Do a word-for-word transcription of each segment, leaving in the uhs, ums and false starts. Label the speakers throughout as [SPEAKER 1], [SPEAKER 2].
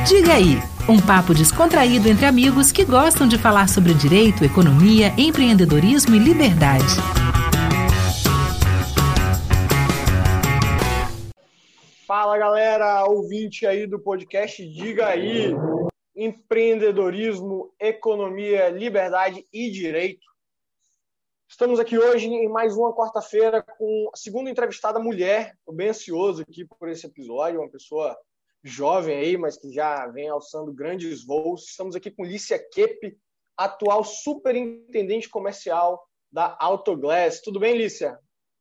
[SPEAKER 1] Diga aí, um papo descontraído entre amigos que gostam de falar sobre direito, economia, empreendedorismo e liberdade.
[SPEAKER 2] Fala galera, ouvinte aí do podcast Diga aí, empreendedorismo, economia, liberdade e direito. Estamos aqui hoje em mais uma quarta-feira com a segunda entrevistada mulher. Estou bem ansioso aqui por esse episódio, uma pessoa jovem aí, mas que já vem alçando grandes voos. Estamos aqui com Lícia Kepp, atual superintendente comercial da Autoglass. Tudo bem, Lícia?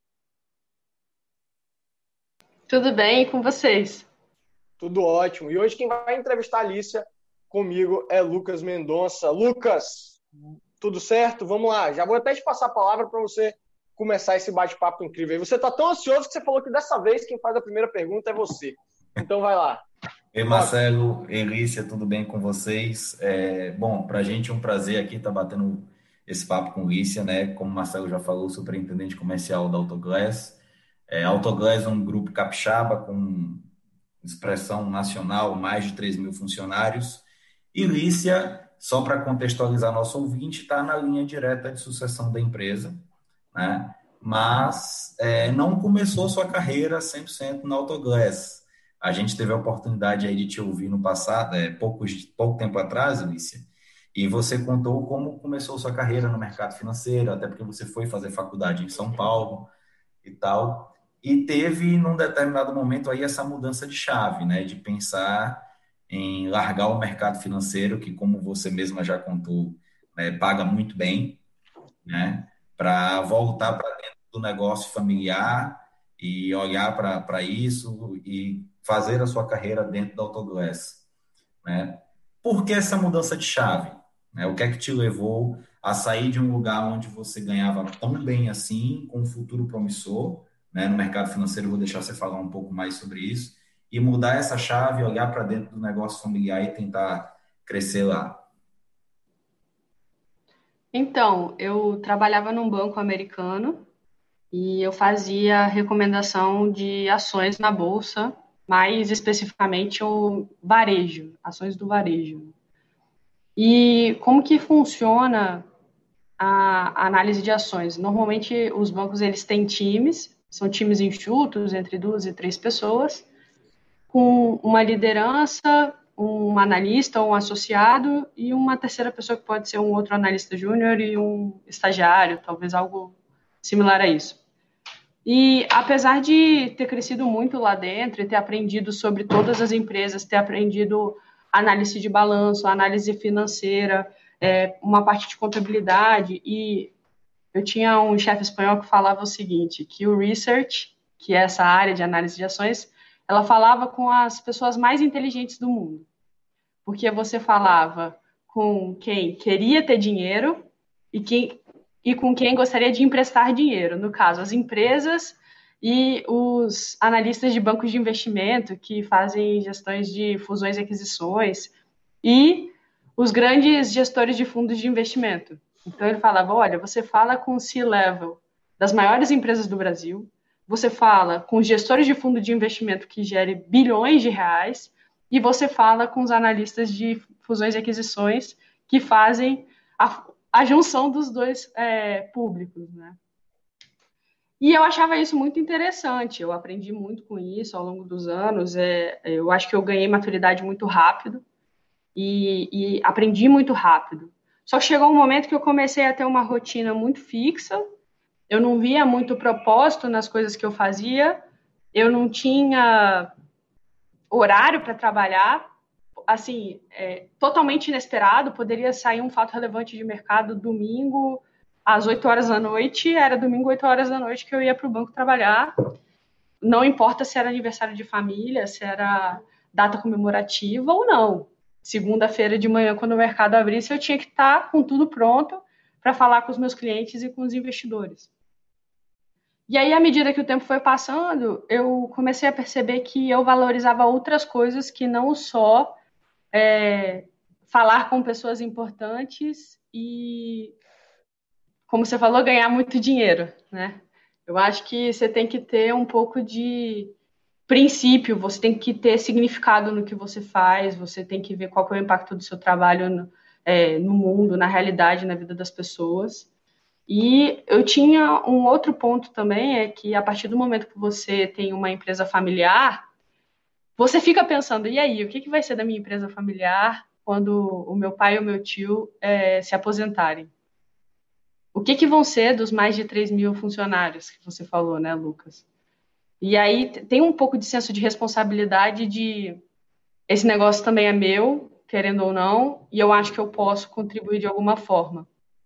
[SPEAKER 3] Tudo bem, e com vocês?
[SPEAKER 2] Tudo ótimo. E hoje quem vai entrevistar a Lícia comigo é Lucas Mendonça. Lucas, tudo certo? Vamos lá. Já vou até te passar a palavra para você começar esse bate-papo incrível. E você está tão ansioso que você falou que dessa vez quem faz a primeira pergunta é você. Então vai lá.
[SPEAKER 4] Ei, Marcelo, ei, Lícia, tudo bem com vocês? É, bom, para a gente é um prazer aqui estar batendo esse papo com Lícia, né? Como o Marcelo já falou, superintendente comercial da Autoglass. É, a Autoglass é um grupo capixaba com expressão nacional, mais de três mil funcionários. E Lícia, só para contextualizar nosso ouvinte, está na linha direta de sucessão da empresa, né? Mas é, não começou sua carreira cem por cento na Autoglass. A gente teve a oportunidade aí de te ouvir no passado, é, poucos, pouco tempo atrás, Lícia, e você contou como começou sua carreira no mercado financeiro, até porque você foi fazer faculdade em São Paulo e tal, e teve, num determinado momento, aí essa mudança de chave, né, de pensar em largar o mercado financeiro, que, como você mesma já contou, né, paga muito bem, né, para voltar para dentro do negócio familiar e olhar para isso e fazer a sua carreira dentro da Autoglass, né? Por que essa mudança de chave? Né? O que é que te levou a sair de um lugar onde você ganhava tão bem assim, com um futuro promissor, né? No mercado financeiro, eu vou deixar você falar um pouco mais sobre isso, e mudar essa chave, olhar para dentro do negócio familiar e tentar crescer lá?
[SPEAKER 3] Então, eu trabalhava num banco americano e eu fazia recomendação de ações na bolsa, mais especificamente o varejo, ações do varejo. E como que funciona a análise de ações? Normalmente os bancos eles têm times, são times enxutos, entre duas e três pessoas, com uma liderança, um analista, um associado e uma terceira pessoa que pode ser um outro analista júnior e um estagiário, talvez algo similar a isso. E apesar de ter crescido muito lá dentro e ter aprendido sobre todas as empresas, ter aprendido análise de balanço, análise financeira, é, uma parte de contabilidade, e eu tinha um chefe espanhol que falava o seguinte, que o research, que é essa área de análise de ações, ela falava com as pessoas mais inteligentes do mundo, porque você falava com quem queria ter dinheiro e, quem, e com quem gostaria de emprestar dinheiro, no caso, as empresas e os analistas de bancos de investimento que fazem gestões de fusões e aquisições e os grandes gestores de fundos de investimento. Então ele falava, olha, você fala com o C-level das maiores empresas do Brasil, você fala com os gestores de fundo de investimento que gerem bilhões de reais e você fala com os analistas de fusões e aquisições que fazem a, a junção dos dois é, públicos, né? E eu achava isso muito interessante, eu aprendi muito com isso ao longo dos anos, é, eu acho que eu ganhei maturidade muito rápido e, e aprendi muito rápido. Só que chegou um momento que eu comecei a ter uma rotina muito fixa, eu não via muito propósito nas coisas que eu fazia, eu não tinha horário para trabalhar, assim, é, totalmente inesperado, poderia sair um fato relevante de mercado domingo às oito horas da noite, era domingo, oito horas da noite que eu ia para o banco trabalhar, não importa se era aniversário de família, se era data comemorativa ou não. Segunda-feira de manhã, quando o mercado abrisse, eu tinha que estar com tudo pronto para falar com os meus clientes e com os investidores. E aí, à medida que o tempo foi passando, eu comecei a perceber que eu valorizava outras coisas que não só é, falar com pessoas importantes e, como você falou, ganhar muito dinheiro, né? Eu acho que você tem que ter um pouco de princípio, você tem que ter significado no que você faz, você tem que ver qual que é o impacto do seu trabalho no, é, no mundo, na realidade, na vida das pessoas. E eu tinha um outro ponto também, é que a partir do momento que você tem uma empresa familiar, você fica pensando, e aí, o que, que vai ser da minha empresa familiar quando o meu pai e o meu tio é, se aposentarem? O que, que vão ser dos mais de três mil funcionários que você falou, né, Lucas? E aí tem um pouco de senso de responsabilidade de esse negócio também é meu, querendo ou não, e eu acho que eu posso contribuir de alguma forma.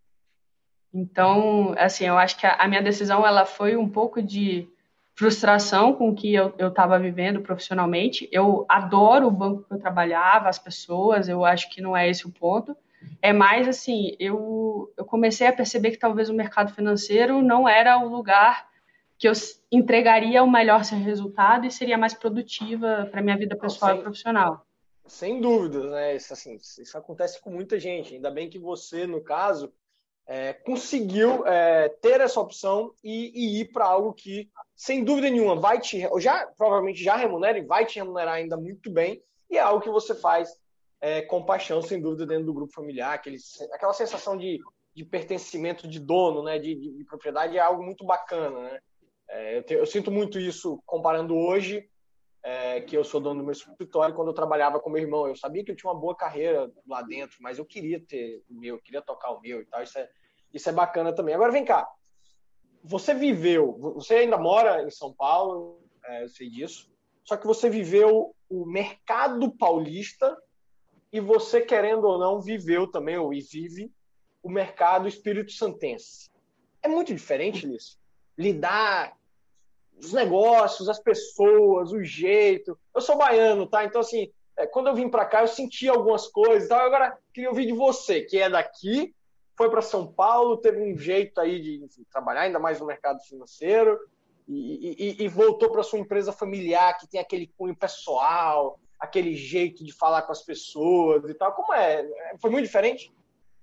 [SPEAKER 3] Então, assim, eu acho que a, a minha decisão ela foi um pouco de frustração com o que eu estava vivendo profissionalmente. Eu adoro o banco que eu trabalhava, as pessoas, eu acho que não é esse o ponto. É mais, assim, eu, eu comecei a perceber que talvez o mercado financeiro não era o lugar que eu entregaria o melhor resultado e seria mais produtiva para minha vida pessoal não, sem, e profissional.
[SPEAKER 2] Sem dúvidas, né? Isso, assim, isso acontece com muita gente. Ainda bem que você, no caso, é, conseguiu é, ter essa opção e, e ir para algo que, sem dúvida nenhuma, vai te, já, provavelmente já remunera e vai te remunerar ainda muito bem, e é algo que você faz é, com paixão, sem dúvida, dentro do grupo familiar. Aquele, aquela sensação de, de pertencimento de dono, né? de, de, de propriedade é algo muito bacana, né? É, eu, te, eu sinto muito isso comparando hoje, é, que eu sou dono do meu escritório, quando eu trabalhava com meu irmão. Eu sabia que eu tinha uma boa carreira lá dentro, mas eu queria ter o meu, eu queria tocar o meu e tal. Isso é, isso é bacana também. Agora, vem cá. Você viveu, você ainda mora em São Paulo, é, eu sei disso, só que você viveu o mercado paulista e você, querendo ou não, viveu também, ou e vive, o mercado espírito-santense. É muito diferente isso. Lidar os negócios, as pessoas, o jeito. Eu sou baiano, tá? Então, assim, é, quando eu vim para cá, eu senti algumas coisas. Tá? Agora, queria ouvir de você, que é daqui, foi para São Paulo, teve um jeito aí de enfim, trabalhar, ainda mais no mercado financeiro, e, e, e voltou para sua empresa familiar, que tem aquele cunho pessoal, aquele jeito de falar com as pessoas e tal. Como é? Foi muito diferente?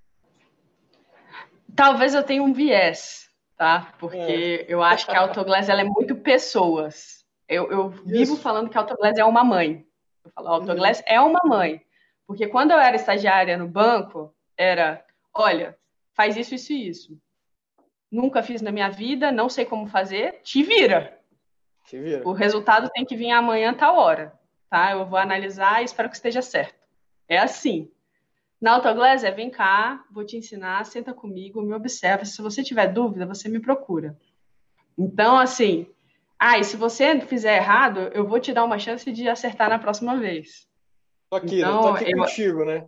[SPEAKER 3] Talvez eu tenha um viés. Tá? Porque é. eu acho que a Autoglass ela é muito pessoas. Eu, eu vivo falando que a Autoglass é uma mãe. Eu falo, a Autoglass uhum. é uma mãe. Porque quando eu era estagiária no banco, era, olha, faz isso, isso e isso. Nunca fiz na minha vida, não sei como fazer, te vira.
[SPEAKER 2] Te vira.
[SPEAKER 3] O resultado tem que vir amanhã, tal hora. Tá? Eu vou analisar e espero que esteja certo. É assim. Na Autoglass é, vem cá, vou te ensinar, senta comigo, me observa. Se você tiver dúvida, você me procura. Então, assim, ah, e se você fizer errado, eu vou te dar uma chance de acertar na próxima vez.
[SPEAKER 2] Tô aqui, então, né? Tô aqui eu, contigo, né?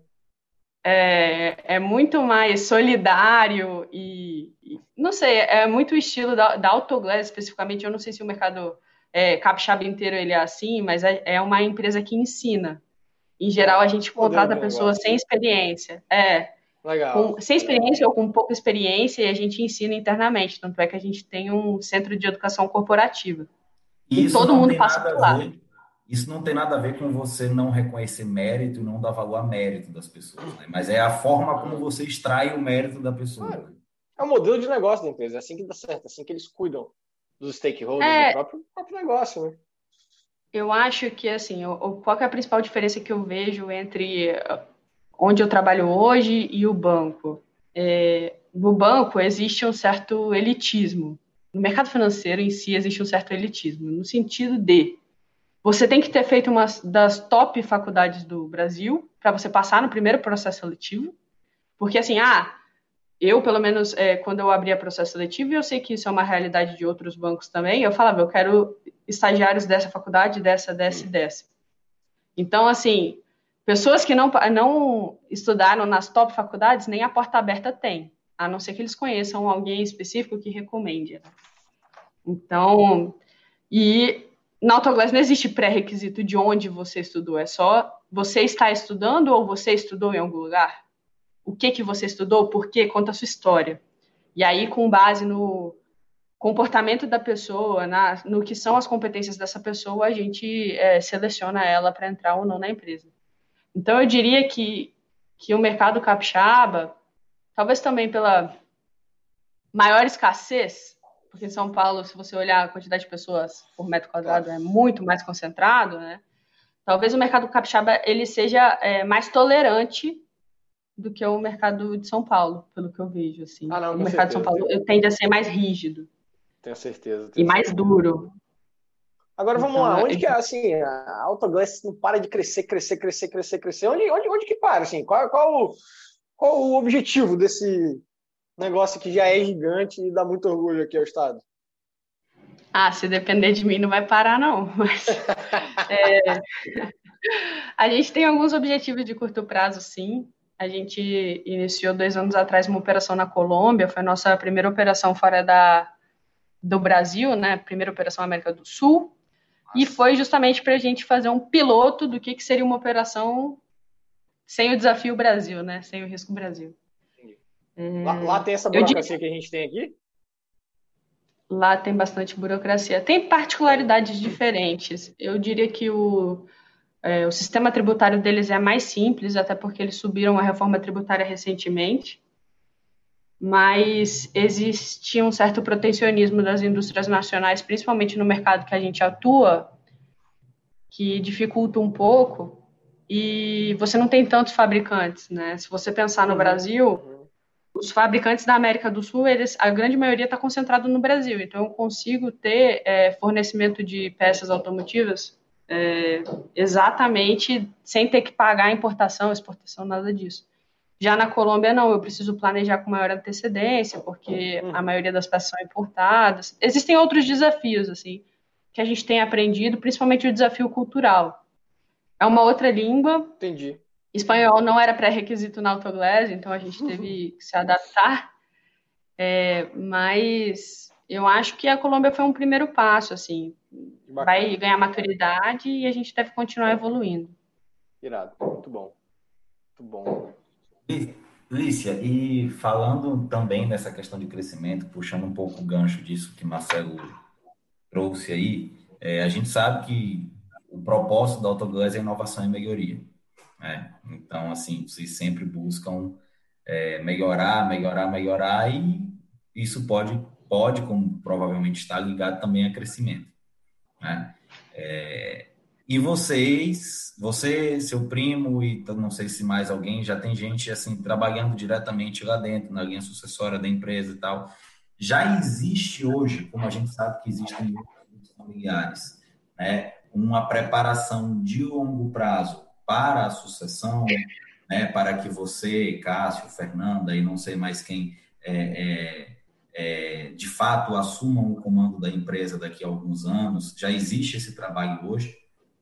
[SPEAKER 3] É, é muito mais solidário e, e, não sei, é muito o estilo da, da Autoglass, especificamente. Eu não sei se o mercado é, capixaba inteiro ele é assim, mas é, é uma empresa que ensina. Em geral, a gente contrata pessoas sem experiência. É,
[SPEAKER 2] Legal.
[SPEAKER 3] Com, sem experiência ou com pouca experiência, e a gente ensina internamente. Tanto é que a gente tem um centro de educação corporativa.
[SPEAKER 4] E
[SPEAKER 3] isso todo mundo passa por lá.
[SPEAKER 4] Ver, isso não tem nada a ver com você não reconhecer mérito e não dar valor a mérito das pessoas, né? Mas é a forma como você extrai o mérito da pessoa. Né?
[SPEAKER 2] É o modelo de negócio da empresa. É assim que dá certo, é assim que eles cuidam dos stakeholders é... do próprio, próprio negócio, né?
[SPEAKER 3] Eu acho que, assim, qual que é a principal diferença que eu vejo entre onde eu trabalho hoje e o banco? É, no banco existe um certo elitismo. No mercado financeiro em si existe um certo elitismo, no sentido de você tem que ter feito uma das top faculdades do Brasil para você passar no primeiro processo seletivo, porque, assim, ah, eu, pelo menos, é, quando eu abria processo seletivo, e eu sei que isso é uma realidade de outros bancos também, eu falava, eu quero estagiários dessa faculdade, dessa, dessa e dessa. Então, assim, pessoas que não, não estudaram nas top faculdades, nem a porta aberta tem, a não ser que eles conheçam alguém específico que recomende. Então, e na Autoglass não existe pré-requisito de onde você estudou, é só você está estudando ou você estudou em algum lugar? O que, que você estudou, por quê, conta a sua história. E aí, com base no comportamento da pessoa, na, no que são as competências dessa pessoa, a gente é, seleciona ela para entrar ou não na empresa. Então, eu diria que, que o mercado capixaba, talvez também pela maior escassez, porque em São Paulo, se você olhar a quantidade de pessoas por metro quadrado,
[SPEAKER 2] Claro.
[SPEAKER 3] é muito mais concentrado, né? Talvez o mercado capixaba ele seja é, mais tolerante do que o mercado de São Paulo, pelo que eu vejo, assim.
[SPEAKER 2] Ah, não,
[SPEAKER 3] O
[SPEAKER 2] com
[SPEAKER 3] mercado de São
[SPEAKER 2] certeza.
[SPEAKER 3] Paulo eu tende a ser mais rígido
[SPEAKER 2] Tenho certeza.
[SPEAKER 3] e
[SPEAKER 2] Tenho
[SPEAKER 3] mais
[SPEAKER 2] certeza.
[SPEAKER 3] duro.
[SPEAKER 2] Agora vamos
[SPEAKER 3] Então,
[SPEAKER 2] lá,
[SPEAKER 3] eu-
[SPEAKER 2] onde que é assim, a Autoglass não para de crescer, crescer, crescer, crescer, crescer? Onde, onde, onde que para, assim? Qual, qual, o- qual o objetivo desse negócio que já é gigante e dá muito orgulho aqui ao estado?
[SPEAKER 3] Ah, se depender de mim não vai parar, não. Mas é, a gente tem alguns objetivos de curto prazo, sim. A gente iniciou dois anos atrás uma operação na Colômbia, foi a nossa primeira operação fora da, do Brasil, né? Primeira operação América do Sul. E foi justamente para a gente fazer um piloto do que, que seria uma operação sem o desafio Brasil, né? Sem o risco Brasil.
[SPEAKER 2] Lá, lá tem essa
[SPEAKER 3] Eu diria,
[SPEAKER 2] burocracia que a gente tem aqui?
[SPEAKER 3] lá tem bastante burocracia. Tem particularidades diferentes. Eu diria que o, é, o sistema tributário deles é mais simples, até porque eles subiram a reforma tributária recentemente. Mas existia um certo protecionismo das indústrias nacionais, principalmente no mercado que a gente atua, que dificulta um pouco. E você não tem tantos fabricantes, né? Se você pensar no
[SPEAKER 2] Uhum,
[SPEAKER 3] Brasil,
[SPEAKER 2] uhum.
[SPEAKER 3] os fabricantes da América do Sul, eles, a grande maioria está concentrado no Brasil. Então, eu consigo ter é, fornecimento de peças automotivas é, exatamente sem ter que pagar importação, exportação, nada disso. Já na Colômbia, não. Eu preciso planejar com maior antecedência, porque a
[SPEAKER 2] Uhum.
[SPEAKER 3] maioria das peças são importadas. Existem outros desafios, assim, que a gente tem aprendido, principalmente o desafio cultural. É uma outra língua.
[SPEAKER 2] Entendi.
[SPEAKER 3] Espanhol não era pré-requisito na Autoglass, então a gente teve que se adaptar. É, mas eu acho que a Colômbia foi um primeiro passo, assim.
[SPEAKER 2] Bacana.
[SPEAKER 3] Vai ganhar maturidade e a gente deve continuar evoluindo.
[SPEAKER 2] Irado. Muito bom. Muito bom.
[SPEAKER 4] E, Lícia, e falando também nessa questão de crescimento, puxando um pouco o gancho disso que Marcelo trouxe aí, é, a gente sabe que o propósito da Autoglass é inovação e melhoria, né? Então, assim, vocês sempre buscam é, melhorar, melhorar, melhorar, e isso pode, pode, como provavelmente está ligado também a crescimento, né? É, e vocês, você, seu primo e t- não sei se mais alguém, já tem gente assim trabalhando diretamente lá dentro, na linha sucessória da empresa e tal. Já existe hoje, como a gente sabe que existem em outros grupos familiares, né, uma preparação de longo prazo para a sucessão, né, para que você, Cássio, Fernanda e não sei mais quem, é, é, é, de fato assumam o comando da empresa daqui a alguns anos? Já existe esse trabalho hoje?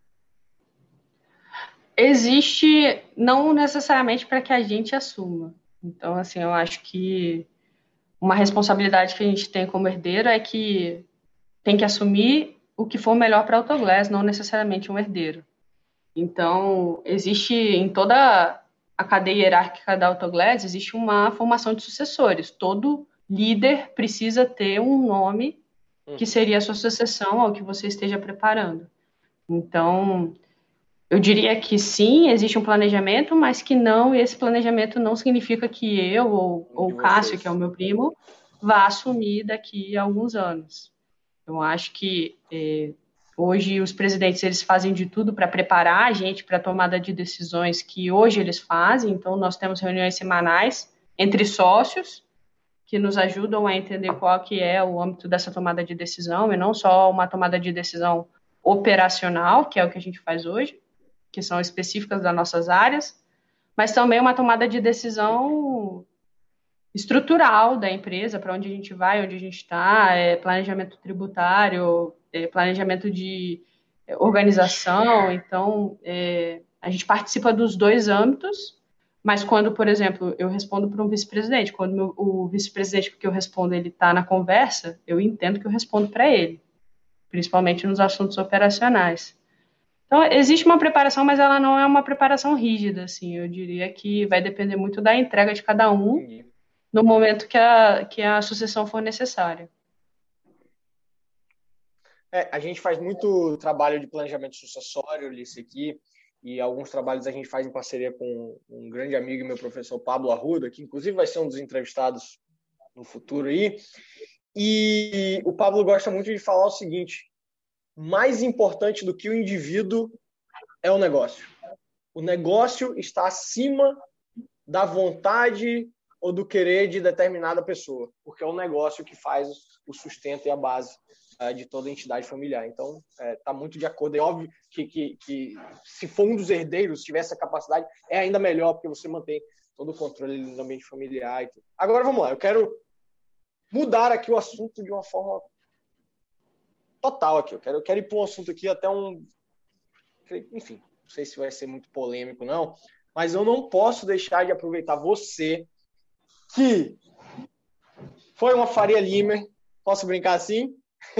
[SPEAKER 3] Existe, não necessariamente para que a gente assuma. Então, assim, eu acho que uma responsabilidade que a gente tem como herdeiro é que tem que assumir o que for melhor para a Autoglass, não necessariamente um herdeiro. Então, existe em toda a cadeia hierárquica da Autoglass, existe uma formação de sucessores. Todo líder precisa ter um nome que seria a sua sucessão ao que você esteja preparando. Então, eu diria que sim, existe um planejamento, mas que não, e esse planejamento não significa que eu ou, ou
[SPEAKER 2] De
[SPEAKER 3] o Cássio,
[SPEAKER 2] vocês.
[SPEAKER 3] que é o meu primo, vá assumir daqui a alguns anos. Eu acho que é, hoje os presidentes eles fazem de tudo para preparar a gente para a tomada de decisões que hoje eles fazem. Então, nós temos reuniões semanais entre sócios que nos ajudam a entender qual que é o âmbito dessa tomada de decisão, e não só uma tomada de decisão operacional, que é o que a gente faz hoje, que são específicas das nossas áreas, mas também uma tomada de decisão estrutural da empresa, para onde a gente vai, onde a gente está, é, planejamento tributário, é, planejamento de é, organização. Então, é, a gente participa dos dois âmbitos, mas quando, por exemplo, eu respondo para um vice-presidente, quando meu, o vice-presidente que eu respondo ele está na conversa, eu entendo que eu respondo para ele, principalmente nos assuntos operacionais. Então, existe uma preparação, mas ela não é uma preparação rígida, assim. Eu diria que vai depender muito da entrega de cada um
[SPEAKER 2] Entendi.
[SPEAKER 3] no momento que a, que a sucessão for necessária.
[SPEAKER 2] É, a gente faz muito trabalho de planejamento sucessório, Ulisses, aqui, e alguns trabalhos a gente faz em parceria com um grande amigo e meu professor Pablo Arruda, que inclusive vai ser um dos entrevistados no futuro aí. E o Pablo gosta muito de falar o seguinte: mais importante do que o indivíduo é o negócio. O negócio está acima da vontade ou do querer de determinada pessoa, porque é o negócio que faz o sustento e a base uh, de toda a entidade familiar. Então, está é, muito de acordo. É óbvio que, que, que se for um dos herdeiros, tiver essa capacidade, é ainda melhor, porque você mantém todo o controle do ambiente familiar. E tudo. Agora, vamos lá. Eu quero mudar aqui o assunto de uma forma total. Aqui. Eu, quero, eu quero ir para um assunto aqui até um... Enfim, não sei se vai ser muito polêmico, não, mas eu não posso deixar de aproveitar você, que foi uma Faria Limer, posso brincar assim?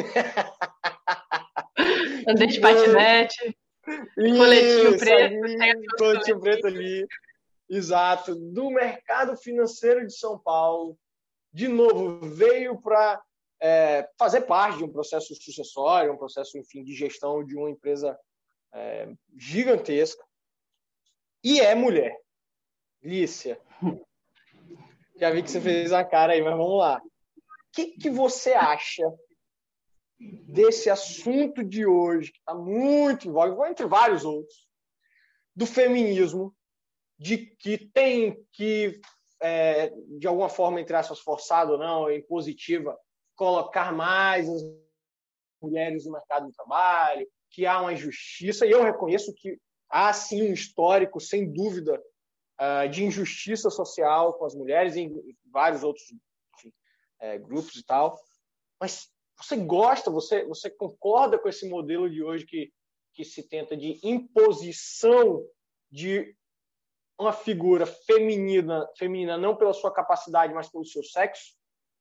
[SPEAKER 3] Andei de patinete, coletinho preto.
[SPEAKER 2] Coletinho preto ali, exato. Do mercado financeiro de São Paulo, de novo, veio para é, fazer parte de um processo sucessório, um processo, enfim, de gestão de uma empresa é, gigantesca. E é mulher. Lícia. Já vi que você fez a cara aí, mas vamos lá. O que, que você acha desse assunto de hoje, que está muito em voga, entre vários outros, do feminismo, de que tem que, é, de alguma forma, entre aspas, forçado ou não, impositiva, colocar mais as mulheres no mercado do trabalho, que há uma injustiça, e eu reconheço que há, sim, um histórico, sem dúvida, de injustiça social com as mulheres e em vários outros, enfim, é, grupos e tal. Mas você gosta, você, você concorda com esse modelo de hoje que, que se tenta de imposição de uma figura feminina, feminina, não pela sua capacidade, mas pelo seu sexo?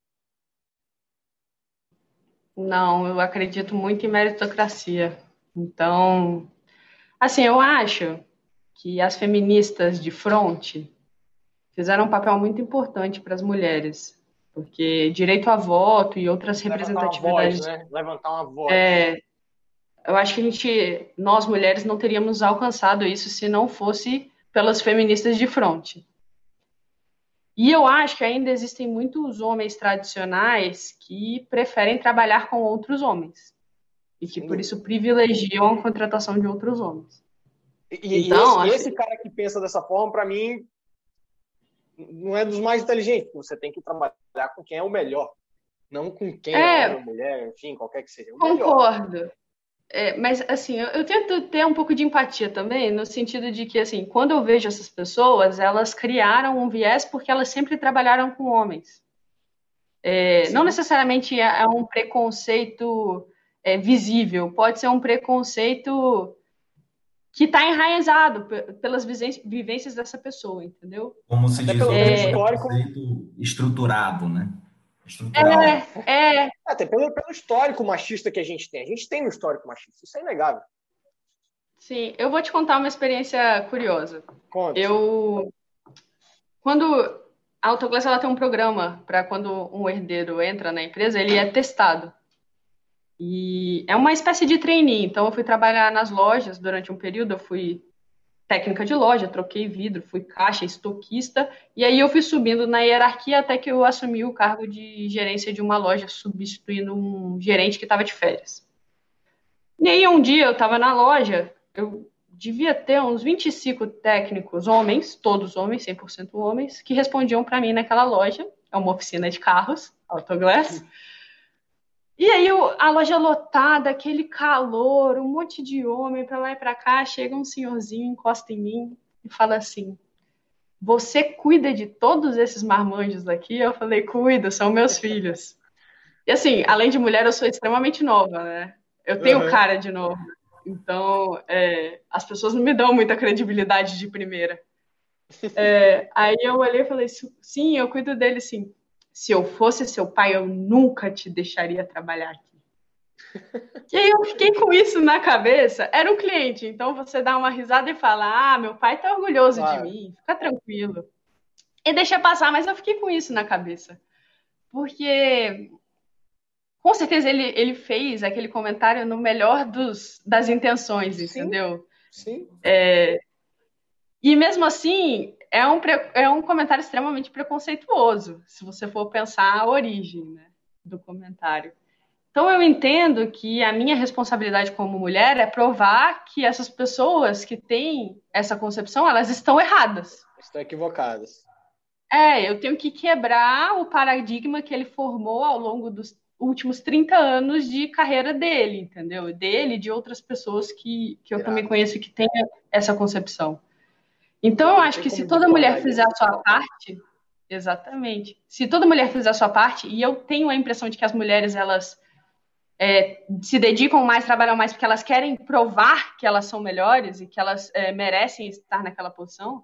[SPEAKER 3] Não, eu acredito muito em meritocracia. Então, assim, eu acho que as feministas de fronte fizeram um papel muito importante para as mulheres, porque direito a voto e outras
[SPEAKER 2] Levantar
[SPEAKER 3] representatividades...
[SPEAKER 2] Uma voz, né? Levantar uma voz.
[SPEAKER 3] É, eu acho que a gente, nós mulheres não teríamos alcançado isso se não fosse pelas feministas de fronte. E eu acho que ainda existem muitos homens tradicionais que preferem trabalhar com outros homens e que, por isso, privilegiam a contratação de outros homens.
[SPEAKER 2] E, então, e esse, assim, esse cara que pensa dessa forma, para mim, não é dos mais inteligentes. Você tem que trabalhar com quem é o melhor, não com quem é, é homem, mulher, enfim, qualquer que seja. O
[SPEAKER 3] concordo.
[SPEAKER 2] Melhor.
[SPEAKER 3] É, mas, assim, eu, eu tento ter um pouco de empatia também, no sentido de que, assim, quando eu vejo essas pessoas, elas criaram um viés porque elas sempre trabalharam com homens. É, não necessariamente é um preconceito é, visível, pode ser um preconceito que está enraizado pelas vivências dessa pessoa, entendeu?
[SPEAKER 4] Como se diz,
[SPEAKER 2] pelo
[SPEAKER 4] é,
[SPEAKER 2] histórico
[SPEAKER 4] estruturado, né? Estrutural.
[SPEAKER 3] É, é.
[SPEAKER 2] Até pelo, pelo histórico machista que a gente tem. A gente tem um histórico machista, isso é inegável.
[SPEAKER 3] Sim, eu vou te contar uma experiência curiosa.
[SPEAKER 2] Conta.
[SPEAKER 3] Eu, quando a Autoglass, ela tem um programa para quando um herdeiro entra na empresa, ele é testado. E é uma espécie de trainee. Então, eu fui trabalhar nas lojas durante um período. Eu fui técnica de loja, troquei vidro, fui caixa, estoquista. E aí eu fui subindo na hierarquia até que eu assumi o cargo de gerência de uma loja, substituindo um gerente que estava de férias. E aí, um dia, eu estava na loja, eu devia ter uns vinte e cinco técnicos, homens, todos homens, cem por cento homens, que respondiam para mim naquela loja. É uma oficina de carros, Autoglass. E aí, a loja lotada, aquele calor, um monte de homem para lá e para cá, chega um senhorzinho, encosta em mim e fala assim: você cuida de todos esses marmanjos aqui? Eu falei: cuido, são meus filhos. E assim, além de mulher, eu sou extremamente nova, né? Eu tenho uhum. cara de nova. Então, é, as pessoas não me dão muita credibilidade de primeira. É, aí eu olhei e falei: sim, eu cuido dele, sim. Se eu fosse seu pai, eu nunca te deixaria trabalhar aqui. E aí eu fiquei com isso na cabeça. Era um cliente, então você dá uma risada e fala: ah, meu pai tá orgulhoso claro. de mim, fica tranquilo. E deixa passar, mas eu fiquei com isso na cabeça. Porque, com certeza, ele, ele fez aquele comentário no melhor dos, das intenções,
[SPEAKER 2] Sim.
[SPEAKER 3] entendeu?
[SPEAKER 2] Sim.
[SPEAKER 3] É, e mesmo assim... É um, é um comentário extremamente preconceituoso, se você for pensar a origem, né? do comentário. Então, eu entendo que a minha responsabilidade como mulher é provar que essas pessoas que têm essa concepção, elas estão erradas.
[SPEAKER 2] Estão equivocadas.
[SPEAKER 3] É, eu tenho que quebrar o paradigma que ele formou ao longo dos últimos trinta anos de carreira dele, entendeu? Dele e de outras pessoas que, que eu também conheço que têm essa concepção. Então, eu acho que se toda mulher fizer a sua parte... Exatamente. Se toda mulher fizer a sua parte, e eu tenho a impressão de que as mulheres, elas é, se dedicam mais, trabalham mais, porque elas querem provar que elas são melhores e que elas é, merecem estar naquela posição,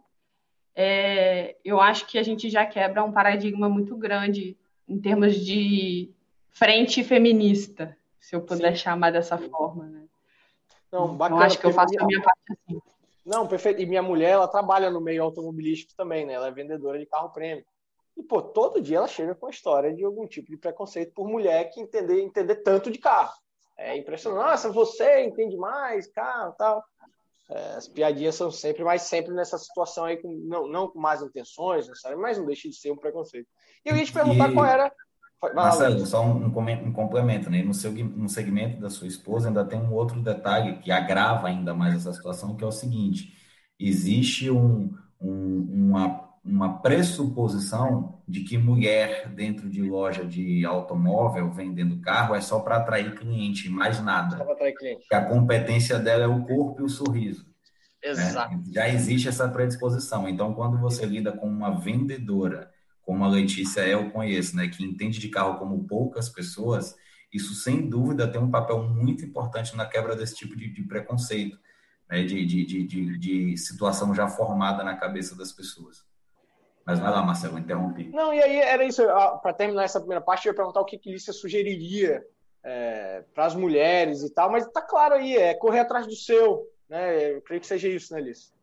[SPEAKER 3] é, eu acho que a gente já quebra um paradigma muito grande em termos de frente feminista, se eu puder Sim. chamar dessa forma, né?
[SPEAKER 2] Não, bacana.
[SPEAKER 3] Eu acho que eu faço minha... a minha parte assim.
[SPEAKER 2] Não, perfeito. E minha mulher, ela trabalha no meio automobilístico também, né? Ela é vendedora de carro prêmio. E, pô, todo dia ela chega com a história de algum tipo de preconceito por mulher que entender, entender tanto de carro. É impressionante. Nossa, você entende mais carro e tal. É, as piadinhas são sempre, mas sempre nessa situação aí, com, não, não com más intenções, sabe? Mas não deixa de ser um preconceito. E eu ia te perguntar e... qual era...
[SPEAKER 4] Marcelo, só um, um complemento, né? No, seu, no segmento da sua esposa ainda tem um outro detalhe que agrava ainda mais essa situação, que é o seguinte: existe um, um, uma, uma pressuposição de que mulher dentro de loja de automóvel vendendo carro é só para atrair cliente, mais nada.
[SPEAKER 2] Só para atrair cliente.
[SPEAKER 4] Que a competência dela é o corpo e o sorriso.
[SPEAKER 2] Exato.
[SPEAKER 4] Né? Já existe essa predisposição. Então, quando você lida com uma vendedora, como a Letícia eu conheço, né, que entende de carro como poucas pessoas, isso sem dúvida tem um papel muito importante na quebra desse tipo de, de preconceito, né, de, de, de, de, de situação já formada na cabeça das pessoas. Mas vai lá, Marcelo, interrompi.
[SPEAKER 2] Não, e aí era isso, para terminar essa primeira parte, eu ia perguntar o que que Lícia sugeriria é, para as mulheres e tal, mas tá claro aí, é correr atrás do seu, né? Eu creio que seja isso, né, Lícia?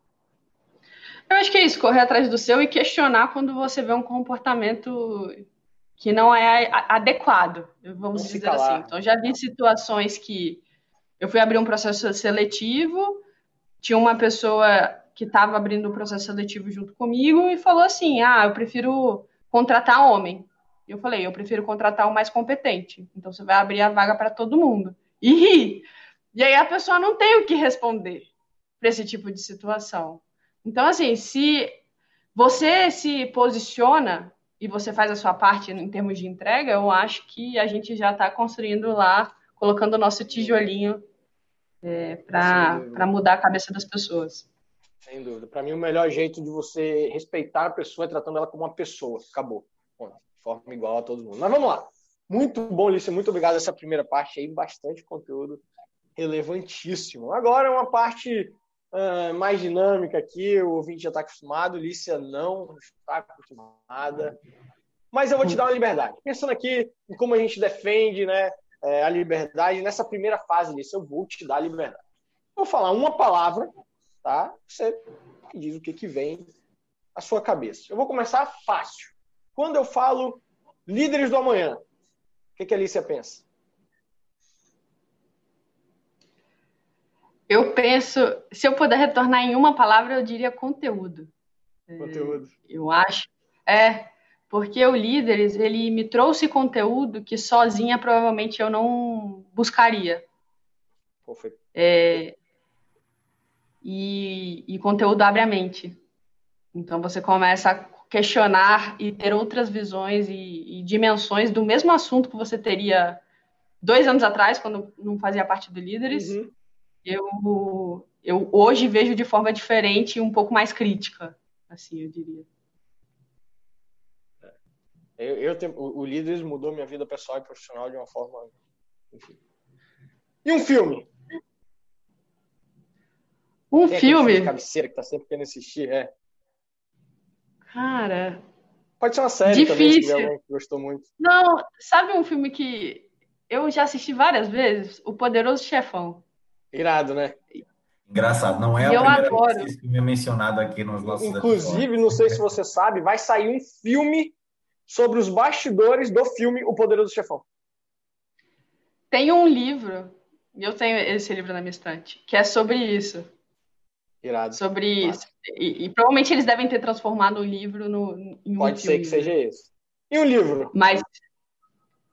[SPEAKER 3] Eu acho que é isso, correr atrás do seu e questionar quando você vê um comportamento que não é adequado, vamos não dizer assim. Então, já vi situações que eu fui abrir um processo seletivo, tinha uma pessoa que estava abrindo o processo seletivo junto comigo e falou assim, ah, eu prefiro contratar homem. E eu falei, eu prefiro contratar o mais competente. Então, você vai abrir a vaga para todo mundo. E, e aí a pessoa não tem o que responder para esse tipo de situação. Então, assim, se você se posiciona e você faz a sua parte em termos de entrega, eu acho que a gente já está construindo lá, colocando o nosso tijolinho é, para mudar a cabeça das pessoas.
[SPEAKER 2] Sem dúvida. Para mim, o melhor jeito de você respeitar a pessoa é tratando ela como uma pessoa. Acabou. Bom, de forma igual a todo mundo. Mas vamos lá. Muito bom, Lícia. Muito obrigado essa primeira parte aí. Bastante conteúdo relevantíssimo. Agora, uma parte... Uh, mais dinâmica aqui, o ouvinte já está acostumado, Lícia não está acostumada, mas eu vou te dar uma liberdade. Pensando aqui em como a gente defende, né, a liberdade, nessa primeira fase, Lícia, eu vou te dar a liberdade. Vou falar uma palavra, tá? Você diz o que, que vem à sua cabeça. Eu vou começar fácil. Quando eu falo líderes do amanhã, o que, que a Lícia pensa?
[SPEAKER 3] Eu penso, se eu puder retornar em uma palavra, eu diria conteúdo.
[SPEAKER 2] Conteúdo.
[SPEAKER 3] É, eu acho. É, porque o Líderes, ele me trouxe conteúdo que sozinha provavelmente eu não buscaria. É, e, e conteúdo abre a mente. Então você começa a questionar e ter outras visões e, e dimensões do mesmo assunto que você teria dois anos atrás, quando não fazia parte do Líderes. Uhum. Eu, eu hoje vejo de forma diferente e um pouco mais crítica, assim, eu diria.
[SPEAKER 2] Eu, eu tenho, o, o Líderes mudou minha vida pessoal e profissional de uma forma... Enfim. E um filme?
[SPEAKER 3] Um
[SPEAKER 2] Tem
[SPEAKER 3] filme?
[SPEAKER 2] filme de cabeceira que tá sempre querendo assistir, é.
[SPEAKER 3] Cara...
[SPEAKER 2] Pode ser uma série
[SPEAKER 3] difícil.
[SPEAKER 2] Também, se tiver alguém que gostou muito.
[SPEAKER 3] Não, sabe um filme que eu já assisti várias vezes? O Poderoso Chefão.
[SPEAKER 2] Irado, né?
[SPEAKER 4] Engraçado, não é a
[SPEAKER 3] eu
[SPEAKER 4] primeira
[SPEAKER 3] adoro.
[SPEAKER 4] vez que esse filme é mencionado aqui nos nossos
[SPEAKER 2] Inclusive,
[SPEAKER 4] episódios.
[SPEAKER 2] Não sei se você sabe, vai sair um filme sobre os bastidores do filme O Poderoso Chefão.
[SPEAKER 3] Tem um livro, e eu tenho esse livro na minha estante, que é sobre isso.
[SPEAKER 2] Irado.
[SPEAKER 3] Sobre isso. E, e provavelmente eles devem ter transformado o livro no, em um
[SPEAKER 2] Pode
[SPEAKER 3] filme.
[SPEAKER 2] ser que seja esse. E um livro?
[SPEAKER 3] Mas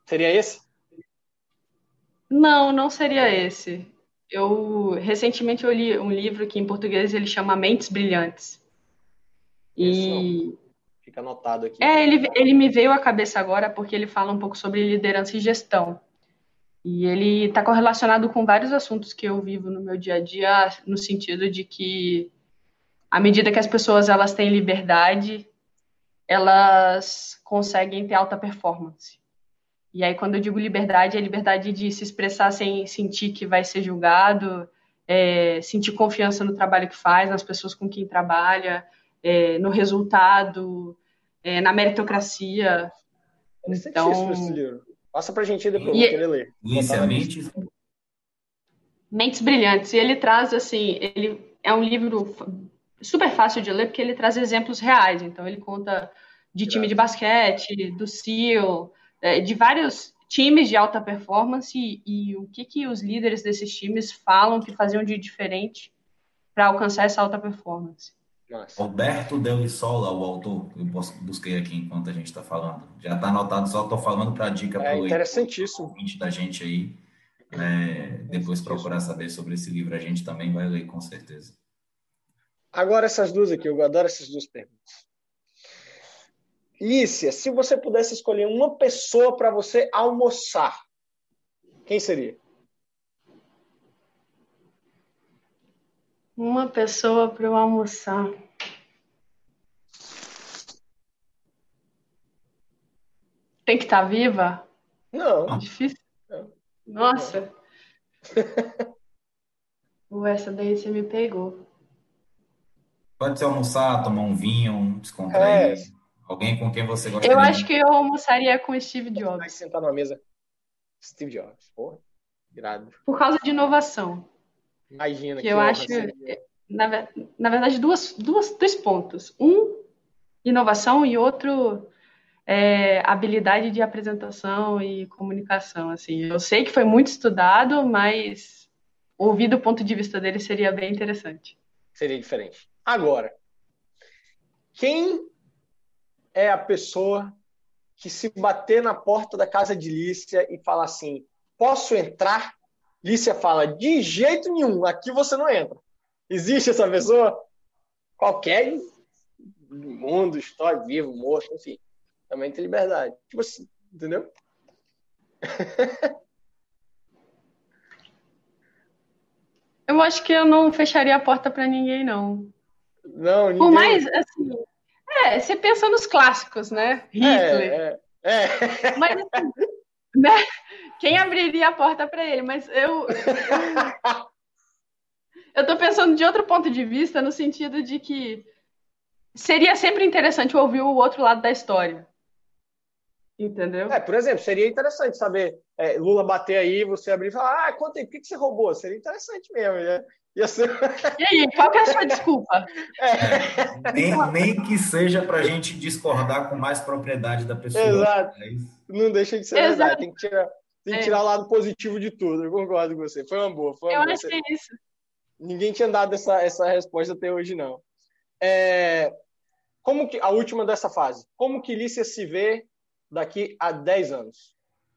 [SPEAKER 2] Seria esse?
[SPEAKER 3] Não, não seria esse. Eu recentemente eu li um livro que em português ele chama Mentes Brilhantes.
[SPEAKER 2] Esse não.
[SPEAKER 3] E
[SPEAKER 2] Fica anotado aqui.
[SPEAKER 3] é, ele, ele me veio à cabeça agora porque ele fala um pouco sobre liderança e gestão. E ele está correlacionado com vários assuntos que eu vivo no meu dia a dia, no sentido de que, à medida que as pessoas elas têm liberdade, elas conseguem ter alta performance. E aí, quando eu digo liberdade, é liberdade de se expressar sem sentir que vai ser julgado, é, sentir confiança no trabalho que faz, nas pessoas com quem trabalha, é, no resultado, é, na meritocracia.
[SPEAKER 2] Então, isso esse livro. Passa pra gente aí depois, eu vou querer ler.
[SPEAKER 4] Inicialmente,
[SPEAKER 3] Mentes Brilhantes. E ele traz, assim, ele é um livro super fácil de ler, porque ele traz exemplos reais. Então, ele conta de time de basquete, do S E O, de vários times de alta performance e, e o que, que os líderes desses times falam que faziam de diferente para alcançar essa alta performance.
[SPEAKER 2] Nossa.
[SPEAKER 4] Roberto Del Sola, o autor, eu busquei aqui enquanto a gente está falando. Já está anotado, só estou falando para a dica para
[SPEAKER 2] É
[SPEAKER 4] o
[SPEAKER 2] interessantíssimo.
[SPEAKER 4] ouvinte da gente aí. É, depois procurar saber sobre esse livro, a gente também vai ler, com certeza.
[SPEAKER 2] Agora essas duas aqui, eu adoro essas duas perguntas. Lícia, se você pudesse escolher uma pessoa para você almoçar, quem seria?
[SPEAKER 3] Uma pessoa para eu almoçar. Tem que estar viva?
[SPEAKER 2] Não.
[SPEAKER 3] Difícil?
[SPEAKER 2] Não.
[SPEAKER 3] Nossa. Não. Essa daí você me pegou.
[SPEAKER 4] Pode ser almoçar, tomar um vinho, um descontrair.
[SPEAKER 2] É.
[SPEAKER 4] Alguém com quem você gostaria
[SPEAKER 3] Eu acho
[SPEAKER 4] de...
[SPEAKER 3] que eu almoçaria com o Steve
[SPEAKER 2] Vai
[SPEAKER 3] Jobs.
[SPEAKER 2] sentar na mesa. Steve Jobs. Porra, irado.
[SPEAKER 3] Por causa de inovação.
[SPEAKER 2] Imagina
[SPEAKER 3] que eu
[SPEAKER 2] honra
[SPEAKER 3] acho,
[SPEAKER 2] seria.
[SPEAKER 3] na, na verdade, duas, duas, dois pontos. Um, inovação, e outro, é, habilidade de apresentação e comunicação. Assim. Eu sei que foi muito estudado, mas ouvir do ponto de vista dele seria bem interessante.
[SPEAKER 2] Seria diferente. Agora, quem é a pessoa que, se bater na porta da casa de Lícia e falar assim, posso entrar? Lícia fala, de jeito nenhum, aqui você não entra. Existe essa pessoa? Qualquer mundo, história, vivo, morto, enfim. Também tem liberdade. Tipo assim, entendeu?
[SPEAKER 3] Eu acho que eu não fecharia a porta para ninguém, não.
[SPEAKER 2] Não, ninguém...
[SPEAKER 3] Por mais, assim... É, você pensa nos clássicos, né? Hitler.
[SPEAKER 2] É, é, é.
[SPEAKER 3] Mas, assim, né? Quem abriria a porta para ele? Mas eu... eu... Eu tô pensando de outro ponto de vista, no sentido de que seria sempre interessante ouvir o outro lado da história. Entendeu?
[SPEAKER 2] É, por exemplo, seria interessante saber é, Lula bater aí, você abrir e falar, ah, conta aí, por que, que você roubou? Seria interessante mesmo. Ia, ia ser...
[SPEAKER 3] E aí, qual que é a sua desculpa?
[SPEAKER 4] É, nem, nem que seja para a gente discordar com mais propriedade da pessoa.
[SPEAKER 2] Exato.
[SPEAKER 4] É isso.
[SPEAKER 2] Não deixa de ser
[SPEAKER 3] Exato.
[SPEAKER 2] verdade. Tem que tirar, tem que
[SPEAKER 3] É.
[SPEAKER 2] tirar o lado positivo de tudo. Eu concordo com você. Foi uma boa. Foi uma
[SPEAKER 3] Eu
[SPEAKER 2] boa.
[SPEAKER 3] acho que é isso.
[SPEAKER 2] Ninguém tinha dado essa, essa resposta até hoje, não. É, como que, a última dessa fase. Como que Lícia se vê daqui a dez anos?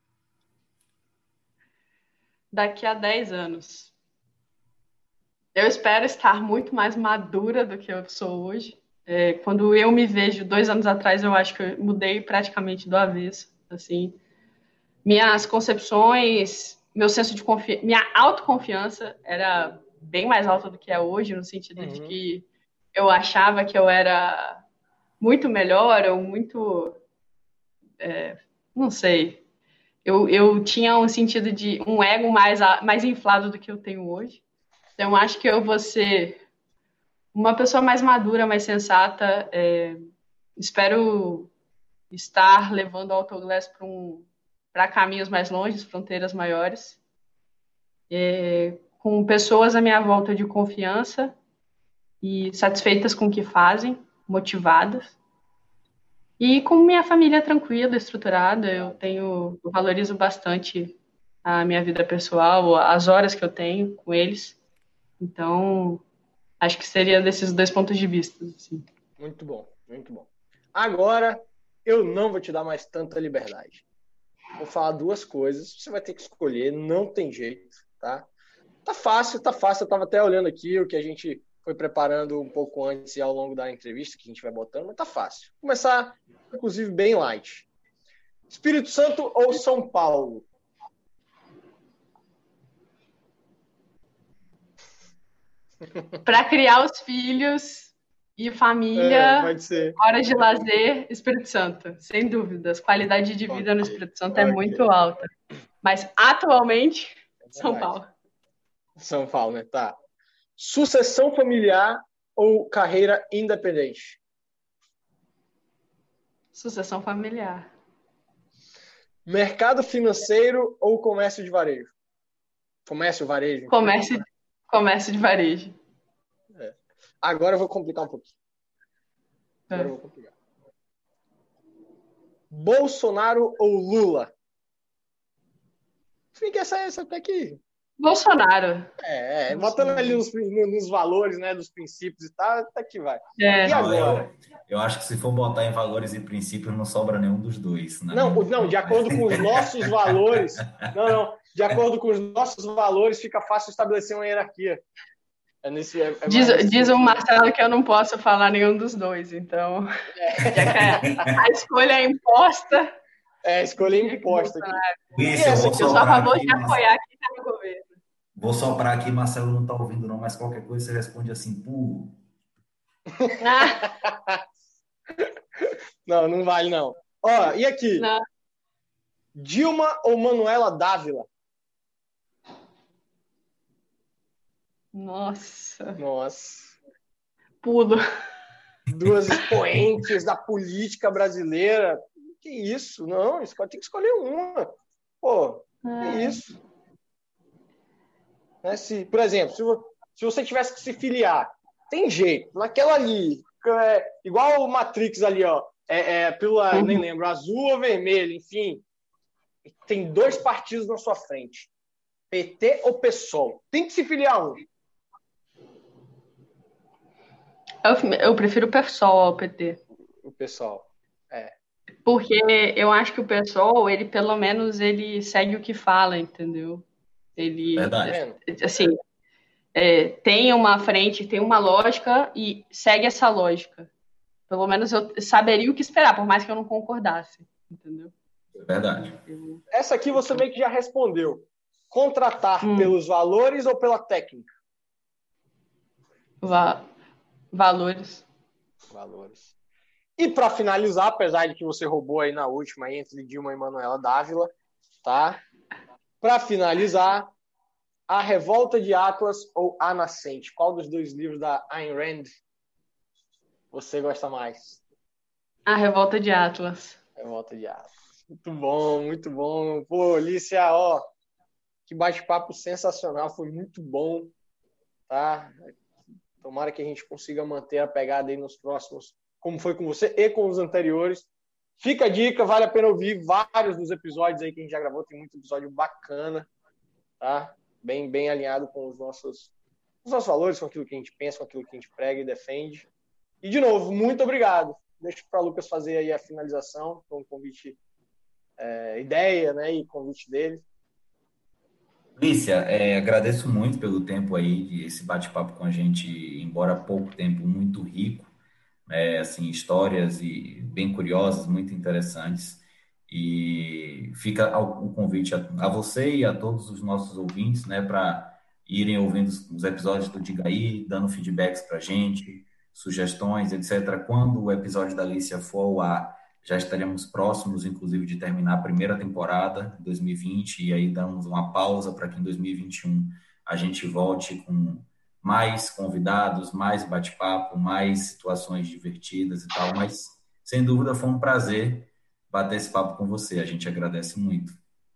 [SPEAKER 3] Daqui a dez anos. Eu espero estar muito mais madura do que eu sou hoje. É, quando eu me vejo dois anos atrás, eu acho que eu mudei praticamente do avesso. Assim, minhas concepções, meu senso de confiança, minha autoconfiança era bem mais alta do que é hoje, no sentido
[SPEAKER 2] Uhum.
[SPEAKER 3] de que eu achava que eu era muito melhor ou muito... É, não sei. Eu, eu tinha um sentido de um ego mais, mais inflado do que eu tenho hoje. Então, acho que eu vou ser uma pessoa mais madura, mais sensata. É, espero estar levando a Autoglass para um, para caminhos mais longes, fronteiras maiores. É, com pessoas à minha volta de confiança e satisfeitas com o que fazem, motivadas. E com minha família tranquila, estruturada, eu tenho, eu valorizo bastante a minha vida pessoal, as horas que eu tenho com eles. Então, acho que seria desses dois pontos de vista. Assim.
[SPEAKER 2] Muito bom, muito bom. Agora, eu não vou te dar mais tanta liberdade. Vou falar duas coisas. Você vai ter que escolher, não tem jeito, tá? Tá fácil, tá fácil. Eu tava até olhando aqui o que a gente foi preparando um pouco antes e ao longo da entrevista que a gente vai botando, mas tá fácil. Vou começar, inclusive, bem light. Espírito Santo ou São Paulo?
[SPEAKER 3] Para criar os filhos e família,
[SPEAKER 2] É, pode ser.
[SPEAKER 3] horas de lazer, Espírito Santo, sem dúvidas. Qualidade de vida no Espírito Santo é
[SPEAKER 2] Ok.
[SPEAKER 3] muito alta. Mas, atualmente, São
[SPEAKER 2] verdade.
[SPEAKER 3] Paulo.
[SPEAKER 2] São Paulo, né? Tá. Sucessão familiar ou carreira independente?
[SPEAKER 3] Sucessão familiar.
[SPEAKER 2] Mercado financeiro ou comércio de varejo? Comércio, varejo.
[SPEAKER 3] Comércio, comércio de varejo.
[SPEAKER 2] Agora eu vou complicar um pouquinho. Agora
[SPEAKER 3] É.
[SPEAKER 2] eu vou complicar. Bolsonaro ou Lula? Fica essa, essa até aqui.
[SPEAKER 3] Bolsonaro.
[SPEAKER 2] É, é, botando ali nos, nos valores, né, dos princípios e tal, até que vai.
[SPEAKER 3] É.
[SPEAKER 2] E
[SPEAKER 4] Não,
[SPEAKER 2] agora?
[SPEAKER 4] eu, eu acho que se for botar em valores e princípios, não sobra nenhum dos dois. Né?
[SPEAKER 2] Não, o- não, de acordo com os nossos valores, não, não, de acordo com os nossos valores, fica fácil estabelecer uma hierarquia. É nesse, é, é
[SPEAKER 3] Diz,
[SPEAKER 2] mais-
[SPEAKER 3] diz o Marcelo que eu não posso falar nenhum dos dois, então, já que a, a escolha é imposta,
[SPEAKER 2] É, escolha imposta aqui.
[SPEAKER 4] Isso, eu
[SPEAKER 2] essa
[SPEAKER 4] vou
[SPEAKER 2] aqui
[SPEAKER 3] eu sou a
[SPEAKER 4] soprar
[SPEAKER 3] favor
[SPEAKER 4] aqui,
[SPEAKER 3] de
[SPEAKER 4] Marcelo.
[SPEAKER 3] apoiar quem está no governo.
[SPEAKER 4] Vou soprar aqui, Marcelo não está ouvindo não, mas qualquer coisa você responde assim, puro.
[SPEAKER 3] Ah,
[SPEAKER 2] Não, não vale não. Ó, e aqui?
[SPEAKER 3] não.
[SPEAKER 2] Dilma ou Manuela Dávila?
[SPEAKER 3] Nossa,
[SPEAKER 2] Nossa.
[SPEAKER 3] pulo.
[SPEAKER 2] Duas expoentes da política brasileira. Que isso? Não, isso tem que escolher uma. Pô, que isso? Né, se, por exemplo, se, vo- se você tivesse que se filiar, tem jeito. Naquela ali, é, igual o Matrix ali, ó. É, é pílula,
[SPEAKER 3] Uhum.
[SPEAKER 2] nem lembro, azul ou vermelho, enfim. Tem dois partidos na sua frente. P T ou PSOL? Tem que se filiar a um.
[SPEAKER 3] Eu, eu prefiro o PSOL ao P T.
[SPEAKER 2] O pessoal.
[SPEAKER 3] Porque eu acho que o PSOL, ele pelo menos ele segue o que fala, entendeu? Ele,
[SPEAKER 2] Tá
[SPEAKER 4] Verdade.
[SPEAKER 2] vendo?
[SPEAKER 3] assim, é, tem uma frente, tem uma lógica e segue essa lógica. Pelo menos eu saberia o que esperar, por mais que eu não concordasse, entendeu?
[SPEAKER 4] Verdade.
[SPEAKER 2] Essa aqui você meio que já respondeu. Contratar
[SPEAKER 3] Hum.
[SPEAKER 2] pelos valores ou pela técnica?
[SPEAKER 3] Va- valores.
[SPEAKER 2] Valores. E para finalizar, apesar de que você roubou aí na última, aí, entre Dilma e Manuela Dávila, tá? Para finalizar, A Revolta de Atlas ou A Nascente? Qual dos dois livros da Ayn Rand você gosta mais?
[SPEAKER 3] A Revolta de Atlas.
[SPEAKER 2] Revolta de Atlas. Muito bom, muito bom. Pô, Lícia, ó, que bate-papo sensacional, foi muito bom, tá? Tomara que a gente consiga manter a pegada aí nos próximos, como foi com você e com os anteriores. Fica a dica, vale a pena ouvir vários dos episódios aí que a gente já gravou, tem muito episódio bacana, tá? Bem, bem alinhado com os nossos, os nossos valores, com aquilo que a gente pensa, com aquilo que a gente prega e defende. E, de novo, muito obrigado. Deixa para o Lucas fazer aí a finalização, com o convite, é, ideia, né, e convite dele.
[SPEAKER 4] Lícia, é, agradeço muito pelo tempo aí, de esse bate-papo com a gente, embora pouco tempo, muito rico, né, assim, histórias e bem curiosas, muito interessantes. E fica ao- o convite a, a você e a todos os nossos ouvintes, né, para irem ouvindo os, os episódios do Diga Aí, dando feedbacks para a gente, sugestões, etcétera. Quando o episódio da Lícia for ao ar, já estaremos próximos, inclusive, de terminar a primeira temporada, dois mil e vinte, e aí damos uma pausa para que em dois mil e vinte e um a gente volte com mais convidados, mais bate-papo, mais situações divertidas e tal, mas, sem dúvida, foi um prazer bater esse papo com você. A gente agradece muito.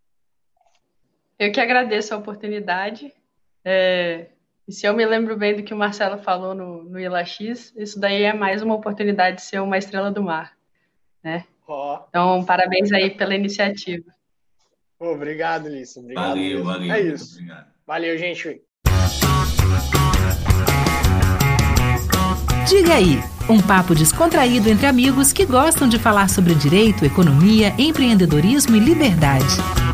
[SPEAKER 3] Eu que agradeço a oportunidade. É, e se eu me lembro bem do que o Marcelo falou no, no I L A X, isso daí é mais uma oportunidade de ser uma estrela do mar, né?
[SPEAKER 2] Ó,
[SPEAKER 3] Então, parabéns aí pela iniciativa.
[SPEAKER 2] pô, obrigado, Lícia. Obrigado
[SPEAKER 4] Valeu,
[SPEAKER 2] mesmo.
[SPEAKER 4] valeu.
[SPEAKER 2] É
[SPEAKER 4] muito
[SPEAKER 2] isso.
[SPEAKER 4] obrigado.
[SPEAKER 2] Valeu, gente.
[SPEAKER 1] Diga aí, um papo descontraído entre amigos que gostam de falar sobre direito, economia, empreendedorismo e liberdade.